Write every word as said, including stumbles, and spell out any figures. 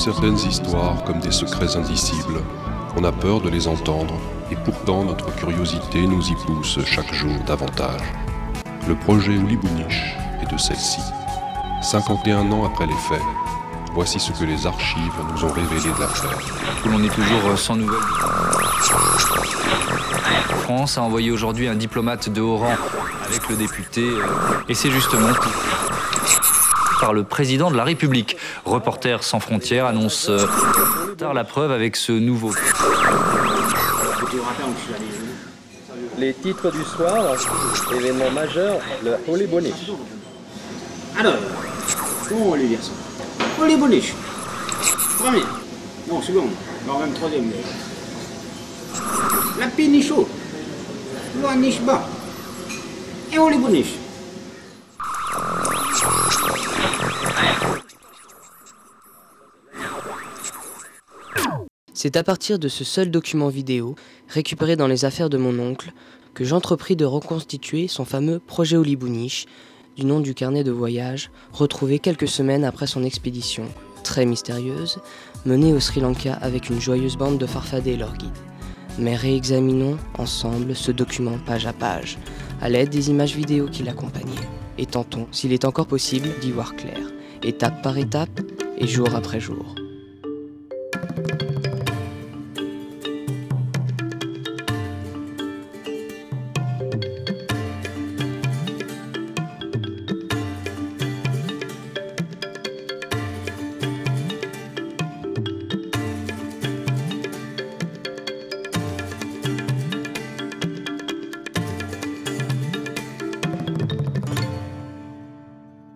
certaines histoires comme des secrets indicibles. On a peur de les entendre, et pourtant notre curiosité nous y pousse chaque jour davantage. Le projet Oulibouniche est de celle-ci. cinquante et un ans après les faits, voici ce que les archives nous ont révélé de l'affaire. On est toujours sans nouvelles. La France a envoyé aujourd'hui un diplomate de haut rang avec le député, et c'est justement par le président de la République. Reporters sans frontières annonce tard la preuve avec ce nouveau. Les titres du soir, événement majeur, le Oulibouniche. Alors, comment on va les dire ça? Oulibouniche. Première. Non, seconde. Non, même troisième. La pénichot. L'ouanishba. Et Oulibouniche. C'est à partir de ce seul document vidéo, récupéré dans les affaires de mon oncle, que j'entrepris de reconstituer son fameux projet Oulibouniche, du nom du carnet de voyage, retrouvé quelques semaines après son expédition, très mystérieuse, menée au Sri Lanka avec une joyeuse bande de farfadets et leurs guides. Mais réexaminons ensemble ce document page à page, à l'aide des images vidéo qui l'accompagnaient, et tentons, s'il est encore possible, d'y voir clair, étape par étape et jour après jour.